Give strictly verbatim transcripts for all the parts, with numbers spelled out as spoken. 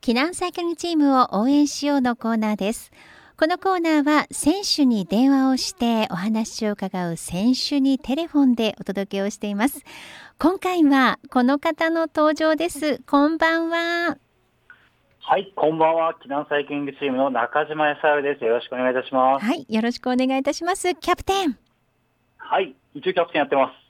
避難サイクリングチームを応援しようのコーナーです。このコーナーは選手に電話をしてお話を伺う選手にテレフォンでお届けをしています。今回はこの方の登場です。こんばんは。 はい、こんばんは。避難サイクリングチームの中島康晴です。よろしくお願いいたします。 はい、よろしくお願いいたします。キャプテン。 はい、一応キャプテンやってます。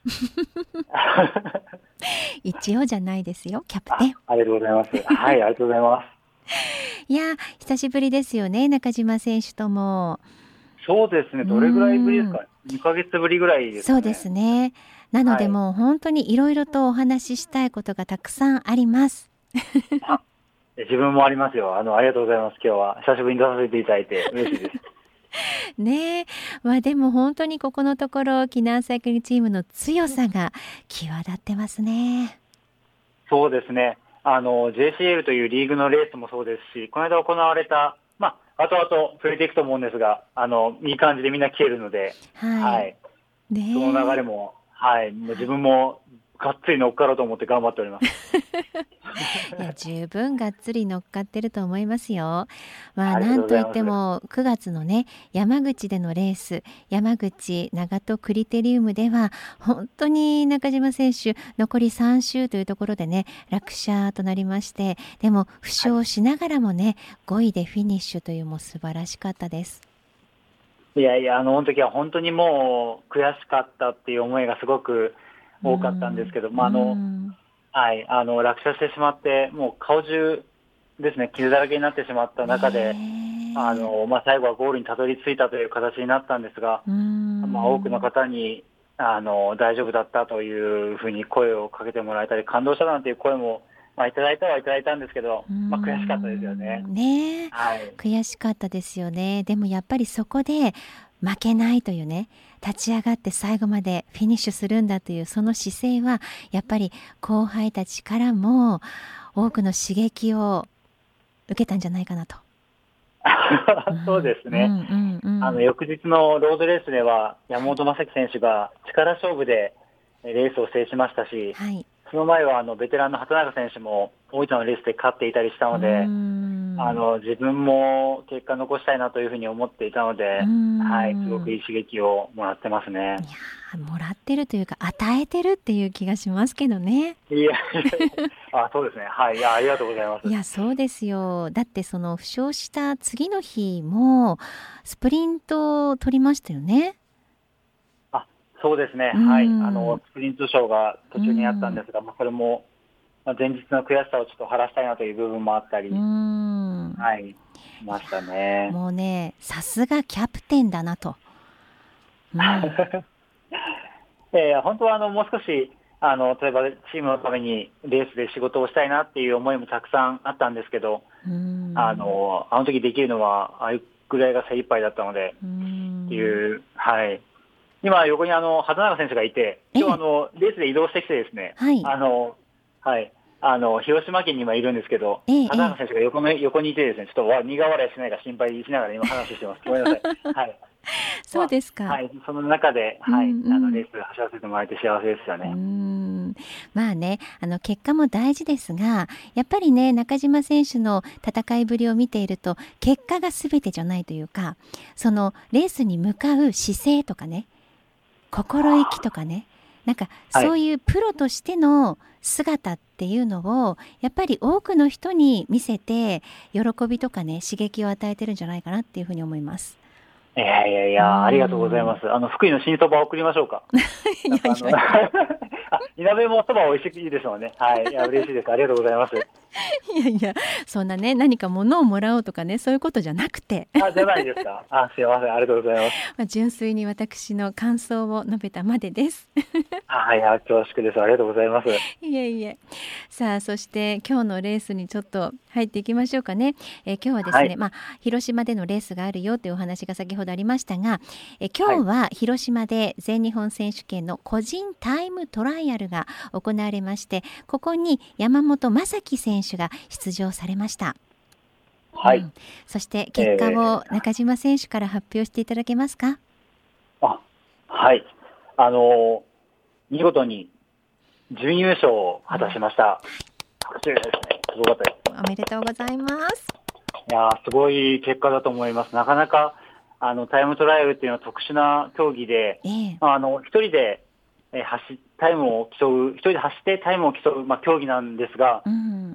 一応じゃないですよ、キャプテン。 あ、ありがとうございます。はい、ありがとうございます。 いや、久しぶりですよね、中島選手とも。 そうですね、どれぐらいぶりですか。にかげつぶりぐらいですかね。 そうですね。なので、もう本当にいろいろとお話ししたいことがたくさんあります。 自分もありますよ。あの、ありがとうございます。今日は久しぶりに出させていただいて嬉しいです。 ねえ、まあでも本当にここのところ避難サイクリングチームの強さが際立ってますね。 そうですね。あの ジェイシーエル というリーグのレースもそうですし、この間行われた、まあ後々触れていくと思うんですが、あのいい感じでみんな来ているので、 はい。 はい、 ね、 その流れも、はい、もう自分もがっつり乗っかろうと思って頑張っております。 いや、十分がっつり乗っかってると思いますよ。まあ、なんといってもくがつのね、山口でのレース、山口長門クリテリウムでは本当に中島選手残りさん周というところでね、落車となりまして、でも負傷しながらもね、はい、ごいでフィニッシュというも素晴らしかったです。 いやいや、あの時は本当にもう悔しかったっていう思いがすごく多かったんですけど、まああのはい、あの落車してしまって、もう顔中ですね、傷だらけになってしまった中で、あのまあ、最後はゴールにたどり着いたという形になったんですが、まあ、多くの方にあの大丈夫だったというふうに声をかけてもらえたり、感動したなんていう声も、まあ、いただいたはいただいたんですけど、まあ、悔しかったですよね。 ね、はい、悔しかったですよね。でもやっぱりそこで負けないというね、立ち上がって最後までフィニッシュするんだというその姿勢はやっぱり後輩たちからも多くの刺激を受けたんじゃないかなと。 そうですね、うんうんうん、あの翌日のロードレースでは山本昌樹選手が力勝負でレースを制しましたし、はい、その前はあのベテランの畑中選手も大分のレースで勝っていたりしたので、あの自分も結果残したいなというふうに思っていたので、はい、すごくいい刺激をもらってますね。 いや、もらってるというか与えてるっていう気がしますけどね。 いやあ、そうですね。はい、いや、ありがとうございます。 いや、そうですよ。だってその負傷した次の日もスプリントを取りましたよね。 あ、そうですね。はい、あのスプリント賞が途中にあったんですが、まあ、それも前日の悔しさをちょっと晴らしたいなという部分もあったり、うん、はい、しましたね。 もうね、さすがキャプテンだなと。 うん、えー、本当はあのもう少しあの例えばチームのためにレースで仕事をしたいなっていう思いもたくさんあったんですけど、うん、あのあの時できるのはああいうぐらいが精一杯だったので、うん、っていう、はい。今横にあの畑中選手がいて、今日あのレースで移動してきてですね、はい、あのはい、あの広島県に今いるんですけど、ええ、畑中選手が横の横にいてですね、ちょっと苦笑いしないか心配しながら今話してます。ごめんなさい。はい。 そうですか。 はい、その中で、はい、うんうん、あのレース走らせてもらえて幸せですよね。 うん、まあね、あの結果も大事ですが、やっぱりね、中島選手の戦いぶりを見ていると、結果が全てじゃないというか、そのレースに向かう姿勢とかね、心意気とかね、なんかそういうプロとしての姿っていうのをやっぱり多くの人に見せて喜びとかね、刺激を与えてるんじゃないかなっていうふうに思います。 いやいやいや、ありがとうございます。あの福井の新そばを送りましょうか。いやいやいやいなべもそば美味しいですもんね。はい、いや嬉しいです。ありがとうございます。 いやいや、そんなね、何か物をもらおうとかね、そういうことじゃなくて。 あ、じゃないですか。あ、すいません、ありがとうございます。 まあ、純粋に私の感想を述べたまでです。 はい、恐縮です。ありがとうございます。 いえいえ。さあ、そして今日のレースにちょっと入っていきましょうかね。え今日はですね、はい、まあ広島でのレースがあるよというお話が先ほどありましたが、え今日は広島で全日本選手権の個人タイムトライアルが行われまして、ここに山本昌樹選手が出場されました。 はい、うん、 そして結果を中島選手から発表していただけますか。 えー、あ、はい、あのー、見事に準優勝を果たしました。拍手ですね。すごかったです。 おめでとうございます。 いやー、すごい結果だと思います。なかなかあのタイムトライアルっていうのは特殊な競技で、 ええ、 まあ、あの一人で、えー走タイムを競う、一人で走ってタイムを競う、まあ、競技なんですが、 うん、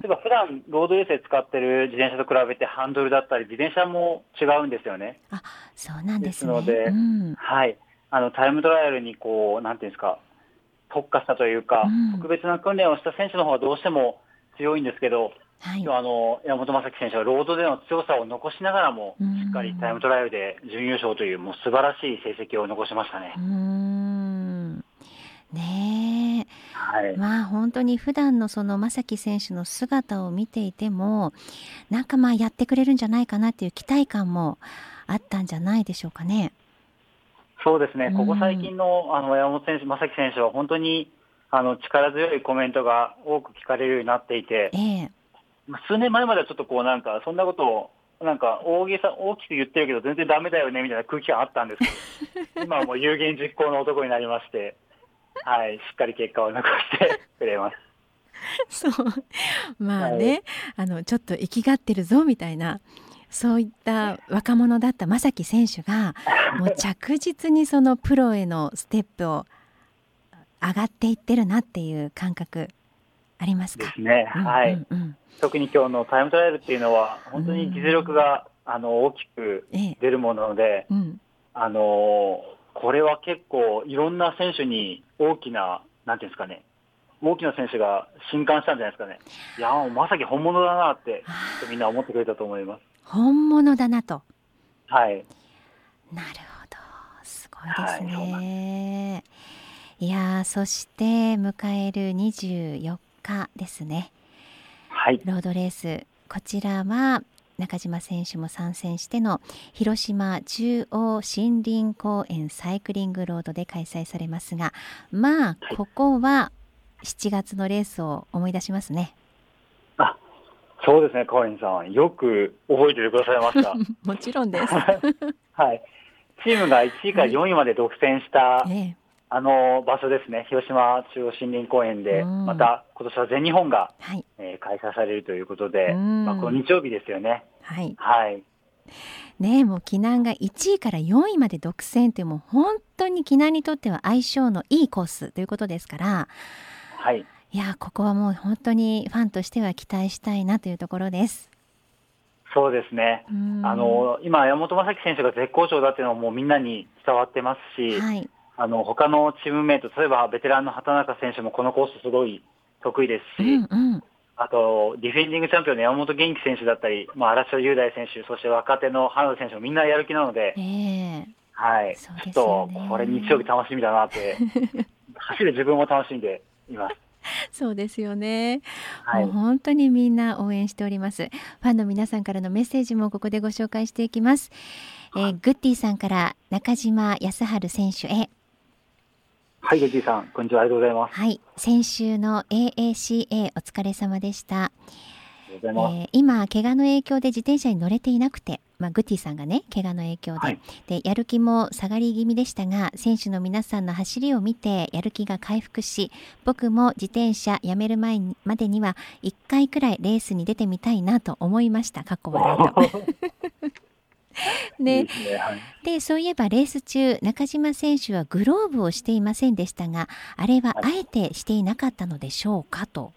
例えば普段ロードレースで使ってる自転車と比べてハンドルだったり自転車も違うんですよね。 あ、そうなんでですね。うすので、 ん、 はい、あのタイムトライアルにこうなんていうんですか、特化したというか、 うん、 特別な訓練をした選手の方がどうしても強いんですけど、 はい、 今日あの山本昌樹選手はロードでの強さを残しながらも、 うしっかりタイムん、 トライアルで準優勝という、もう素晴らしい成績を残しましたね。 うーん、ねえ。 はい。 まあ本当に普段のその正樹選手の姿を見ていても、なんかまあやってくれるんじゃないかなっていう期待感もあったんじゃないでしょうかね。 そうですね、 うここ最ん、 近のあの山本選手、正樹選手は本当にあの力強いコメントが多く聞かれるようになっていて、 ええ、 まあ数年前まではちょっとこうなんか、そんなことをなんか大げさ、大きく言ってるけど全然ダメだよねみたいな空気感あったんですけど、今はもう有言実行の男になりまして、はい、しっかり結果を残してくれます。 そう。まあはい。 ね、あのちょっと生きがってるぞみたいな、そういった若者だった正樹選手が、もう着実にそのプロへのステップを上がっていってるなっていう感覚ありますか？ ですね。 うんはい。 うんうん。 特に今日のタイムトライアルっていうのは、 うー本当に実力ん。 があの大きくええ。 出るものなので、 うん。 あのこれは結構いろんな選手に大きな、なんていうんですかね、大きな選手が震撼したんじゃないですかね。いやー、まさき本物だなって、 あきっとみんな思ってくれたと思います。 あ、本物だなと。 はい。 なるほど。すごいですはい、そうなんです。 ね。いやー、そして迎えるにじゅうよっかですね。 はい。 ロードレース。こちらは中島選手も参戦しての広島中央森林公園サイクリングロードで開催されますが、まあはい。 ここはしちがつのレースを思い出しますね。 あ、そうですね、カオリンさん。よく覚えててくださいました。 もちろんです。 はい。チームがいちいからはい。 よんいまで独占したええ。 あの場所ですね、広島中央森林公園うで、まん。 た今年は全日本が、 はい。 えー開催されるということうで、まあ、このん。 日曜日ですよね。 はい。 はい。 ねえ、もう紀南がいちいからよんいまで独占っていう、もう本当に紀南にとっては相性のいいコースということですから、 はい。 いや、ここはもう本当にファンとしては期待したいなというところです。 そうですね。 うーあん。 の、今、山本昌樹選手が絶好調だっていうのはもうみんなに伝わってますし、 はい。 あの、他のチームメイト、例えばベテランの畑中選手もこのコースすごい得意ですうんし、 うん。 あと、ディフェンディングチャンピオンの山本元気選手だったり、まあ、荒城雄大選手、そして若手の花田選手もみんなやる気なので、 ええ、 はい。 そうですよちょっと、これ日曜日ね。 楽しみだなって、走る自分も楽しんでいます。 そうですよね。もうはい。 本当にみんな応援しております。ファンの皆さんからのメッセージもここでご紹介していきます。えー、グッディさんから中島康晴選手へ。 はい、ゲジーさん、こんにちは。ありがとうございます。 はい、先週の エーエーシーエー お疲れ様でした。 ありがとうございます。 えー今怪我の影響で自転車に乗れていなくて、まあ、グッティさんがね怪我の影響で、 はい。 でやる気も下がり気味でしたが、選手の皆さんの走りを見てやる気が回復し、僕も自転車やめる前にまでにはいっかいくらいレースに出てみたいなと思いました。かっこ笑いとね。 いいですね。はい。 でそういえばレース中中島選手はグローブをしていませんでしたが、あれははい。 あえてしていなかったのでしょうかと。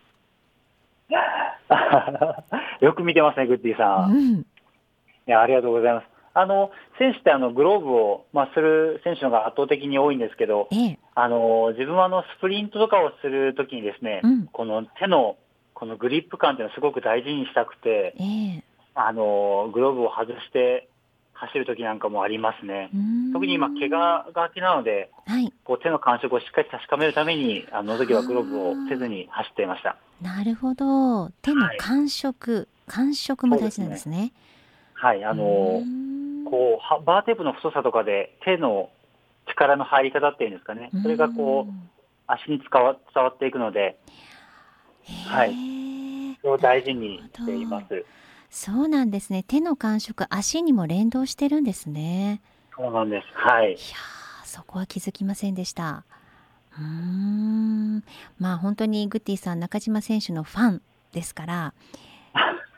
よく見てますね、グッディさうん、 ん。いや、ありがとうございます。あの、選手ってあの、グローブを、まあ、する選手の方が圧倒的に多いんですけど、 ええ、 あの、自分はあの、スプリントとかをするときにですね、 うん、 この手の、このグリップ感っていうのをすごく大事にしたくて、 ええ、 あの、グローブを外して走るときなんかもありますね。 うー特に今、怪我ん、 がちなので、 はい。 こう手の感触をしっかり確かめるために、あの時はグローブをせずはに走っていました。 あ、なるほど。手のはい。 感触、感触も大事そうですね。 なんですね。 はい。あうーの、 ん、 こう、はバーテープの太さとかで手の力の入り方っていうんですかね。 うーそれがこう、 ん。 足に伝わ伝わっていくので、はい。 へえ、 それをなる大事にほしていまど。 す。 そうなんですね。手の感触、足にも連動してるんですね。 そうなんです。はい。 いやー、そこは気づきませんでした。うーん。まあ本当にグッティさん、中島選手のファンですから、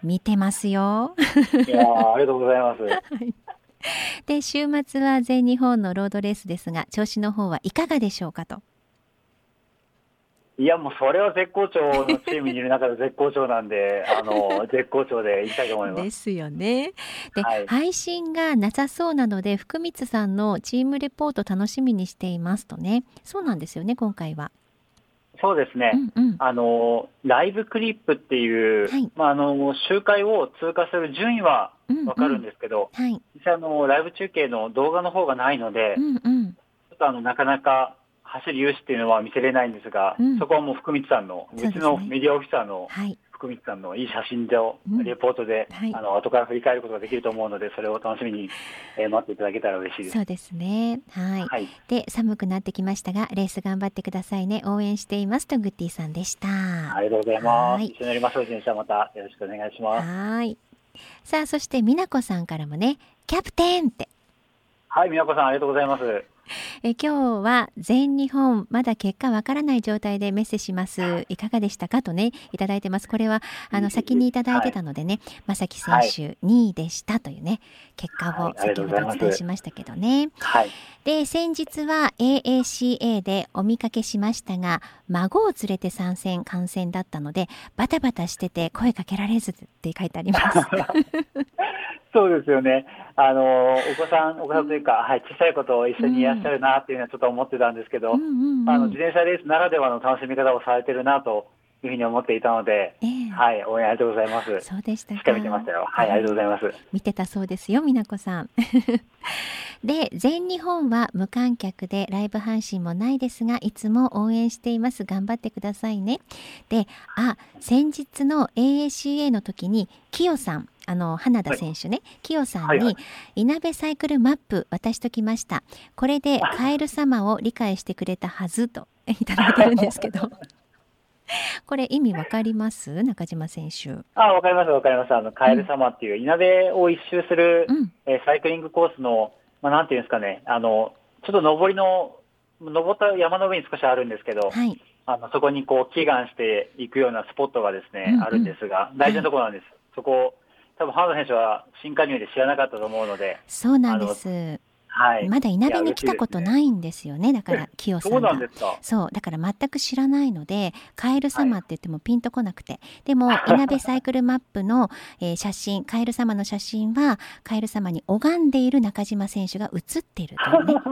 見てますよ。 いやー、ありがとうございます。 はい、で週末は全日本のロードレースですが、調子の方はいかがでしょうかと。 いや、もうそれは絶好調のチームにいる中で絶好調なんで、あの絶好調でいきたいと思います。 ですよね。で、 はい、 配信がなさそうなので、福光さんのチームレポート楽しみにしていますとね。そうなんですよね、今回は。 そうですね、 うんうん、 あのライブクリップっていう、 はい、 まあ、あの周回を通過する順位は分かるんですけど、 うんうん、はい、 実際あのライブ中継の動画の方がないので、 うんうん、 ちょっとあのなかなか走る勇姿っていうのは見せれないんですが、うん、そこはもう福光さんの、うちのメディアオフィサーの福光さんのいい写真で、レポートで、うん、はい、あの後から振り返ることができると思うので、それを楽しみに、えー、待っていただけたら嬉しいです。 そうですね、はい、はい、で寒くなってきましたが、レース頑張ってくださいね、応援していますとグッディさんでした。 ありがとうございます。一緒にやりましょう。じゃあまたよろしくお願いします。 はい、さあそして美奈子さんからもね、キャプテンって。 はい、美奈子さんありがとうございます。 え今日は全日本まだ結果わからない状態でメッセします、いかがでしたかとねいただいてます。これはあの先にいただいてたのでね、はい、正木選手にいでしたというね結果を先ほどお伝えしましたけどね、 はい、 で先日は エーエーシーエー でお見かけしましたが、孫を連れて参戦観戦だったのでバタバタしてて声かけられずって書いてありますそうですよね。あのお子さん、お子さんというか、うん、はい、小さい子と一緒にいらっしゃるなっていうのはちょっと思ってたんですけど、うんうんうん、あの自転車レースならではの楽しみ方をされてるなというふうに思っていたので、えー、はい、応援ありがとうございます。 そうでしたか。 しっかり見てましたよ。はい、ありがとうございます。 見てたそうですよ、美奈子さん。で、全日本は無観客でライブ配信もないですが、いつも応援しています。頑張ってくださいね。で、あ、先日の エーエーシーエー の時に、キヨさん、あの花田選手ね、キヨさんにいなべサイクルマップ渡しときました。これでカエル様を理解してくれたはずといただいてるんですけど。これ意味わかります？中島選手。 あ、わかりますわかります。あのカエル様っていう、うん、いなべを一周する、うん、えー、サイクリングコースの、まあ、なんていうんですかね、あのちょっと上りの登った山の上に少しあるんですけど、はい、あのそこにこう祈願していくようなスポットがですね、うんうん、あるんですが、大事なところなんです。はい、そこ多分花田選手は新加入で知らなかったと思うので。 そうなんです。はい、まだいなべに来たことないんですよね。だからキヨさんが。 そうなんですか。 そうだから全く知らないので、カエル様って言ってもピンとこなくて、はい、でもいなべサイクルマップの、えー、写真、カエル様の写真はカエル様に拝んでいる中島選手が写っているというね。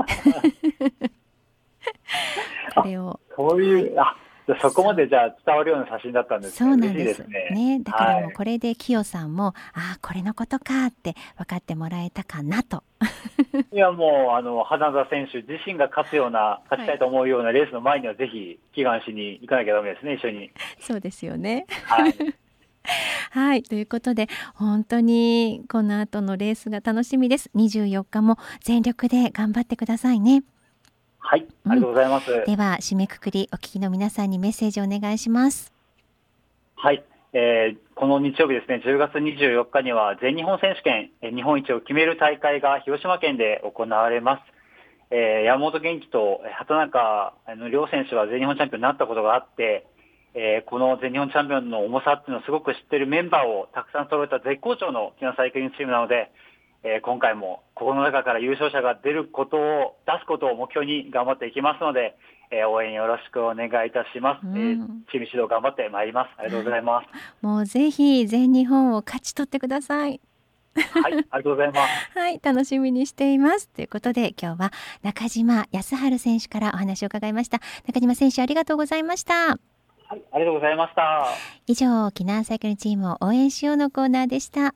これをそういう、あ、そこまでじゃあ伝わるような写真だったんですね。 そうなんです。 嬉しいですね。だからもうこれでキヨさんも、はい、ああこれのことかって分かってもらえたかなと。 いやもうあの花田選手自身が勝つような、勝ちたいと思うようなレースの前にはぜひ祈願しに行かなきゃダメですね、一緒に。 そうですよね。 はい。 はい、ということで本当にこの後のレースが楽しみです。にじゅうよっかも全力で頑張ってくださいね。 はい、ありがとうございます。うん、 では締めくくりお聞きの皆さんにメッセージをお願いします。 はい、えー、この日曜日ですね、じゅうがつにじゅうよっかには全日本選手権、えー、日本一を決める大会が広島県で行われます。えー、山本元気と畑中の両選手は全日本チャンピオンになったことがあって、えー、この全日本チャンピオンの重さっていうのをすごく知っているメンバーをたくさん揃えた絶好調の木下サイクリングチームなので、えー、今回もここの中から優勝者が出ることを出すことを目標に頑張っていきますので、えー、応援よろしくお願いいたします。うん、えー、チーム指導頑張ってまいります。ありがとうございます。 もうぜひ全日本を勝ち取ってください。 はい、ありがとうございます。 はい、楽しみにしています。ということで今日は中島康晴選手からお話を伺いました。中島選手ありがとうございました。 はい、ありがとうございました。 以上、沖縄サイクルチームを応援しようのコーナーでした。